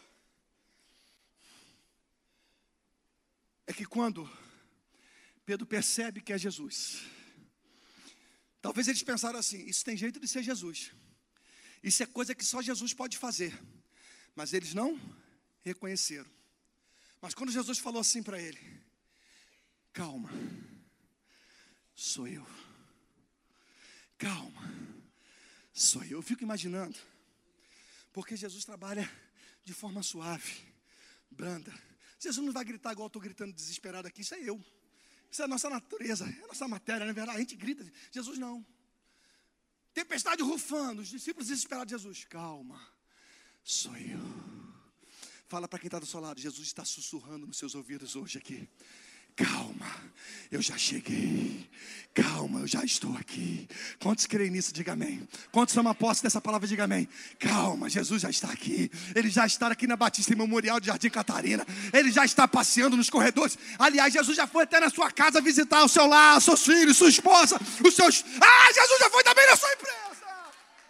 é que quando Pedro percebe que é Jesus, talvez eles pensaram assim, isso tem jeito de ser Jesus. Isso é coisa que só Jesus pode fazer. Mas eles não reconheceram. Mas quando Jesus falou assim para ele, calma, sou eu. Calma, sou eu. Eu fico imaginando, porque Jesus trabalha de forma suave, branda. Jesus não vai gritar igual eu estou gritando desesperado aqui, isso é eu. Isso é a nossa natureza, é a nossa matéria, não é verdade? A gente grita, Jesus não. Tempestade rufando, os discípulos desesperados de Jesus. Calma, sou eu. Fala para quem está do seu lado, Jesus está sussurrando nos seus ouvidos hoje aqui. Calma, eu já cheguei. Calma, eu já estou aqui. Quantos creem nisso? Diga amém. Quantos tomam posse dessa palavra? Diga amém. Calma, Jesus já está aqui. Ele já está aqui na Batista Memorial de Jardim Catarina. Ele já está passeando nos corredores. Aliás, Jesus já foi até na sua casa visitar o seu lar, seus filhos, sua esposa, os seus... Ah, Jesus já foi também na sua empresa.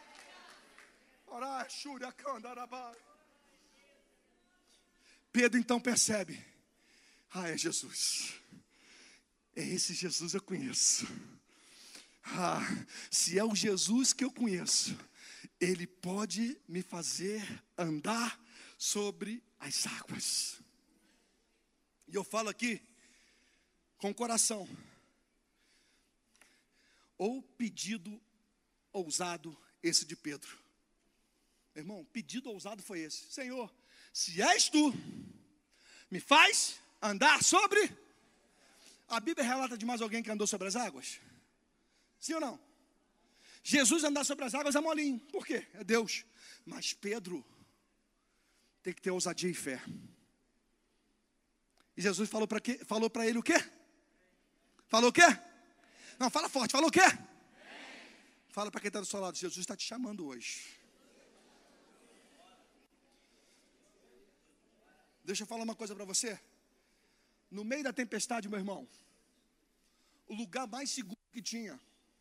Pedro então percebe, ah, é Jesus. É esse Jesus eu conheço. Ah, se é o Jesus que eu conheço, Ele pode me fazer andar sobre as águas. E eu falo aqui com o coração. Ou pedido ousado esse de Pedro. Irmão, pedido ousado foi esse. Senhor, se és tu, me faz andar sobre... A Bíblia relata de mais alguém que andou sobre as águas? Sim ou não? Jesus andar sobre as águas é molinho. Por quê? É Deus. Mas Pedro tem que ter ousadia e fé. E Jesus falou para quê? Falou para ele o quê? Falou o quê? Não, fala forte. Falou o quê? Fala para quem está do seu lado. Jesus está te chamando hoje. Deixa eu falar uma coisa para você. No meio da tempestade, meu irmão, o lugar mais seguro que tinha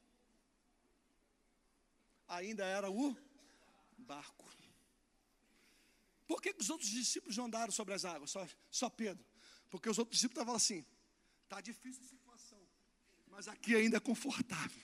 ainda era o barco. Por que os outros discípulos não andaram sobre as águas? Só, só Pedro. Porque os outros discípulos estavam assim: está difícil a situação, mas aqui ainda é confortável.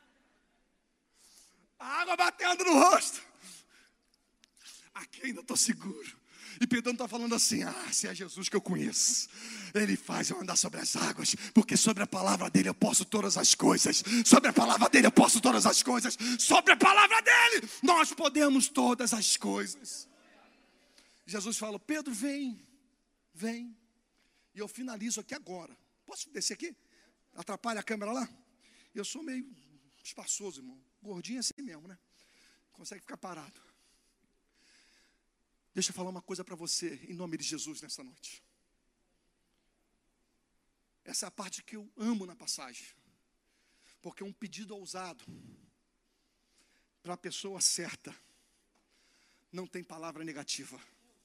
A água batendo no rosto. Aqui ainda estou seguro. E Pedro está falando assim: ah, se é Jesus que eu conheço, Ele faz eu andar sobre as águas, porque sobre a palavra dEle eu posso todas as coisas. Sobre a palavra dEle eu posso todas as coisas. Sobre a palavra dEle nós podemos todas as coisas. Jesus fala: Pedro, vem, vem. E eu finalizo aqui agora. Posso descer aqui? Atrapalha a câmera lá? Eu sou meio espaçoso, irmão. Gordinho assim mesmo, né? Consegue ficar parado. Deixa eu falar uma coisa para você, em nome de Jesus, nessa noite. Essa é a parte que eu amo na passagem. Porque é um pedido ousado para a pessoa certa. Não tem palavra negativa.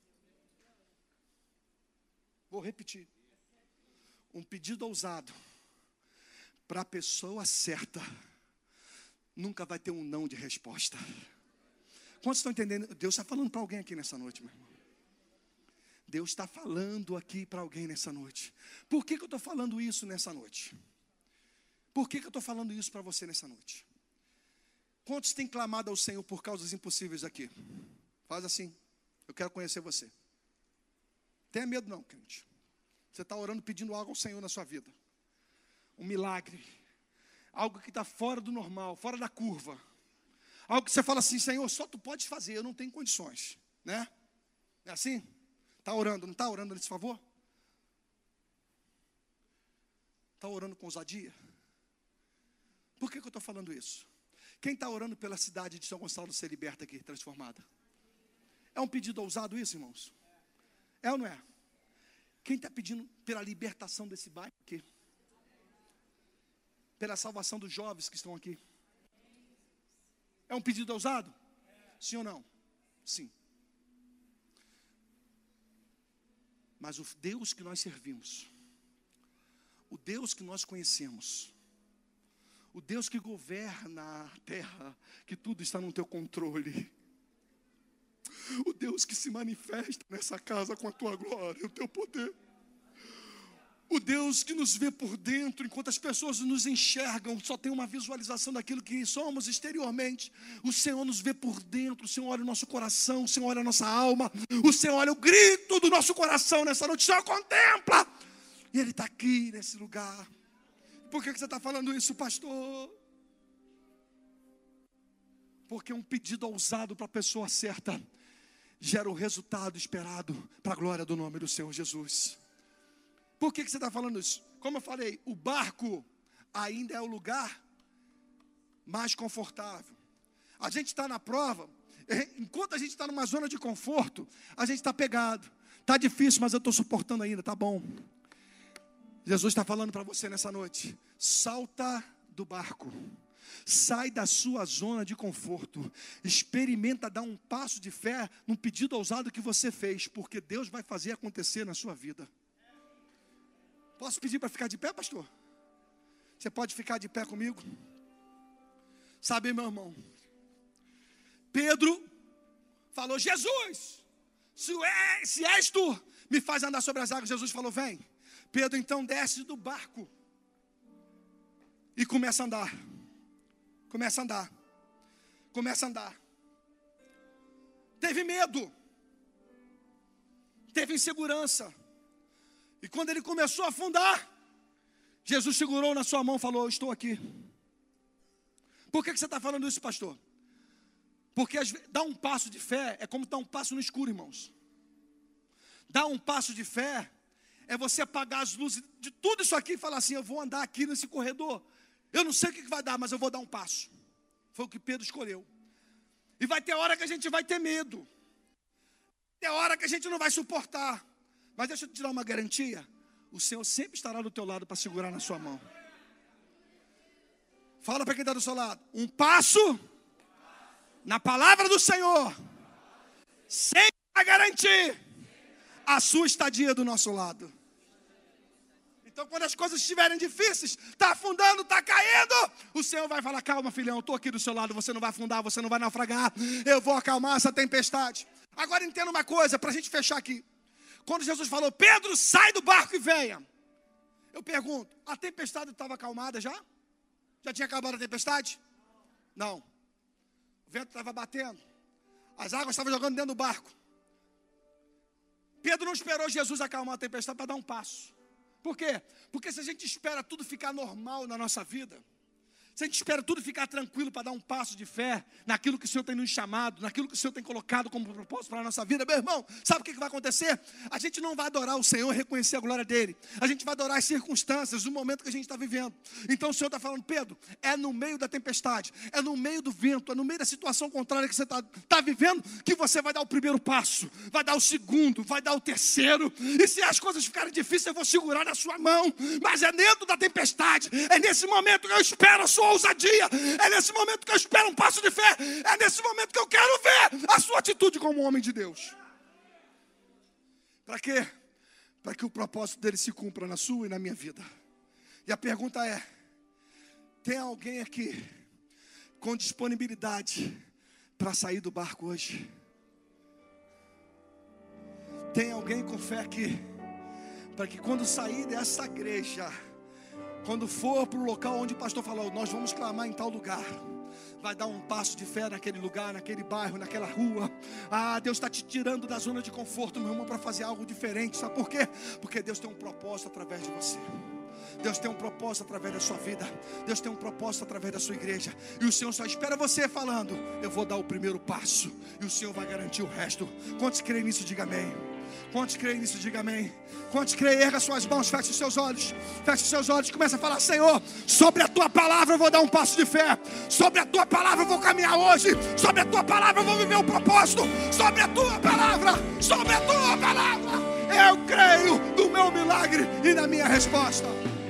Vou repetir. Um pedido ousado para a pessoa certa nunca vai ter um não de resposta. Quantos estão entendendo? Deus está falando para alguém aqui nessa noite, meu irmão. Deus está falando aqui para alguém nessa noite. Por que, que eu estou falando isso nessa noite? Por que, que eu estou falando isso para você nessa noite? Quantos têm clamado ao Senhor por causas impossíveis aqui? Faz assim. Eu quero conhecer você. Tenha medo não, crente. Você está orando pedindo algo ao Senhor na sua vida. Um milagre. Algo que está fora do normal, fora da curva. Algo que você fala assim: Senhor, só Tu podes fazer, eu não tenho condições. Né? É assim? Está orando, não está orando nesse favor? Está orando com ousadia? Por que, que eu estou falando isso? Quem está orando pela cidade de São Gonçalo ser liberta aqui, transformada? É um pedido ousado isso, irmãos? É ou não é? Quem está pedindo pela libertação desse bairro aqui? Pela salvação dos jovens que estão aqui? É um pedido ousado? Sim ou não? Sim. Mas o Deus que nós servimos, o Deus que nós conhecemos, o Deus que governa a terra, que tudo está no teu controle, o Deus que se manifesta nessa casa com a tua glória, o teu poder, o Deus que nos vê por dentro, enquanto as pessoas nos enxergam, só tem uma visualização daquilo que somos exteriormente. O Senhor nos vê por dentro, o Senhor olha o nosso coração, o Senhor olha a nossa alma, o Senhor olha o grito do nosso coração nessa noite, o Senhor contempla, e Ele está aqui nesse lugar. Por que você está falando isso, pastor? Porque um pedido ousado para a pessoa certa gera o resultado esperado para a glória do nome do Senhor Jesus. Por que, que você está falando isso? Como eu falei, o barco ainda é o lugar mais confortável. A gente está na prova, enquanto a gente está numa zona de conforto, a gente está pegado. Está difícil, mas eu estou suportando ainda, tá bom. Jesus está falando para você nessa noite: salta do barco. Sai da sua zona de conforto. Experimenta dar um passo de fé num pedido ousado que você fez, porque Deus vai fazer acontecer na sua vida. Posso pedir para ficar de pé, pastor? Você pode ficar de pé comigo? Sabe, meu irmão, Pedro falou: Jesus, se, é, se és tu, me faz andar sobre as águas. Jesus falou: vem. Pedro então desce do barco e começa a andar. Começa a andar. Começa a andar. Teve medo. Teve insegurança. E quando ele começou a afundar, Jesus segurou na sua mão e falou: eu estou aqui. Por que, que você está falando isso, pastor? Porque dar um passo de fé é como dar um passo no escuro, irmãos. Dar um passo de fé é você apagar as luzes de tudo isso aqui e falar assim: eu vou andar aqui nesse corredor. Eu não sei o que vai dar, mas eu vou dar um passo. Foi o que Pedro escolheu. E vai ter hora que a gente vai ter medo. Tem hora que a gente não vai suportar. Mas deixa eu te dar uma garantia. O Senhor sempre estará do teu lado para segurar na sua mão. Fala para quem está do seu lado. Um passo na palavra do Senhor sempre vai garantir a sua estadia do nosso lado. Então, quando as coisas estiverem difíceis, está afundando, está caindo, o Senhor vai falar: calma, filhão, eu estou aqui do seu lado, você não vai afundar, você não vai naufragar, eu vou acalmar essa tempestade. Agora entenda uma coisa, para a gente fechar aqui. Quando Jesus falou: Pedro, sai do barco e venha. Eu pergunto, a tempestade estava acalmada já? Já tinha acabado a tempestade? Não. O vento estava batendo, as águas estavam jogando dentro do barco. Pedro não esperou Jesus acalmar a tempestade para dar um passo. Por quê? Porque se a gente espera tudo ficar normal na nossa vida, se a gente espera tudo ficar tranquilo para dar um passo de fé naquilo que o Senhor tem nos chamado, naquilo que o Senhor tem colocado como propósito para a nossa vida, meu irmão, sabe o que vai acontecer? A gente não vai adorar o Senhor e reconhecer a glória dele. A gente vai adorar as circunstâncias, o momento que a gente está vivendo. Então o Senhor está falando: Pedro, é no meio da tempestade, é no meio do vento, é no meio da situação contrária que você está tá vivendo, que você vai dar o primeiro passo, vai dar o segundo, vai dar o terceiro. E se as coisas ficarem difíceis, eu vou segurar na sua mão. Mas é dentro da tempestade, é nesse momento que eu espero a sua ousadia, é nesse momento que eu espero um passo de fé, é nesse momento que eu quero ver a sua atitude como homem de Deus. Para quê? Para que o propósito dele se cumpra na sua e na minha vida. E a pergunta é: tem alguém aqui com disponibilidade para sair do barco hoje? Tem alguém com fé aqui para que quando sair dessa igreja, quando for para o local onde o pastor falou, nós vamos clamar em tal lugar, vai dar um passo de fé naquele lugar, naquele bairro, naquela rua. Ah, Deus está te tirando da zona de conforto, meu irmão, para fazer algo diferente. Sabe por quê? Porque Deus tem um propósito através de você. Deus tem um propósito através da sua vida. Deus tem um propósito através da sua igreja. E o Senhor só espera você falando: eu vou dar o primeiro passo, e o Senhor vai garantir o resto. Quantos creem nisso? Diga amém. Quantos creem nisso? Diga amém. Quantos creem? Erga suas mãos, feche os seus olhos. Feche os seus olhos e começa a falar: Senhor, sobre a tua palavra eu vou dar um passo de fé. Sobre a tua palavra eu vou caminhar hoje. Sobre a tua palavra eu vou viver um propósito. Sobre a tua palavra, sobre a tua palavra, eu creio no meu milagre e na minha resposta.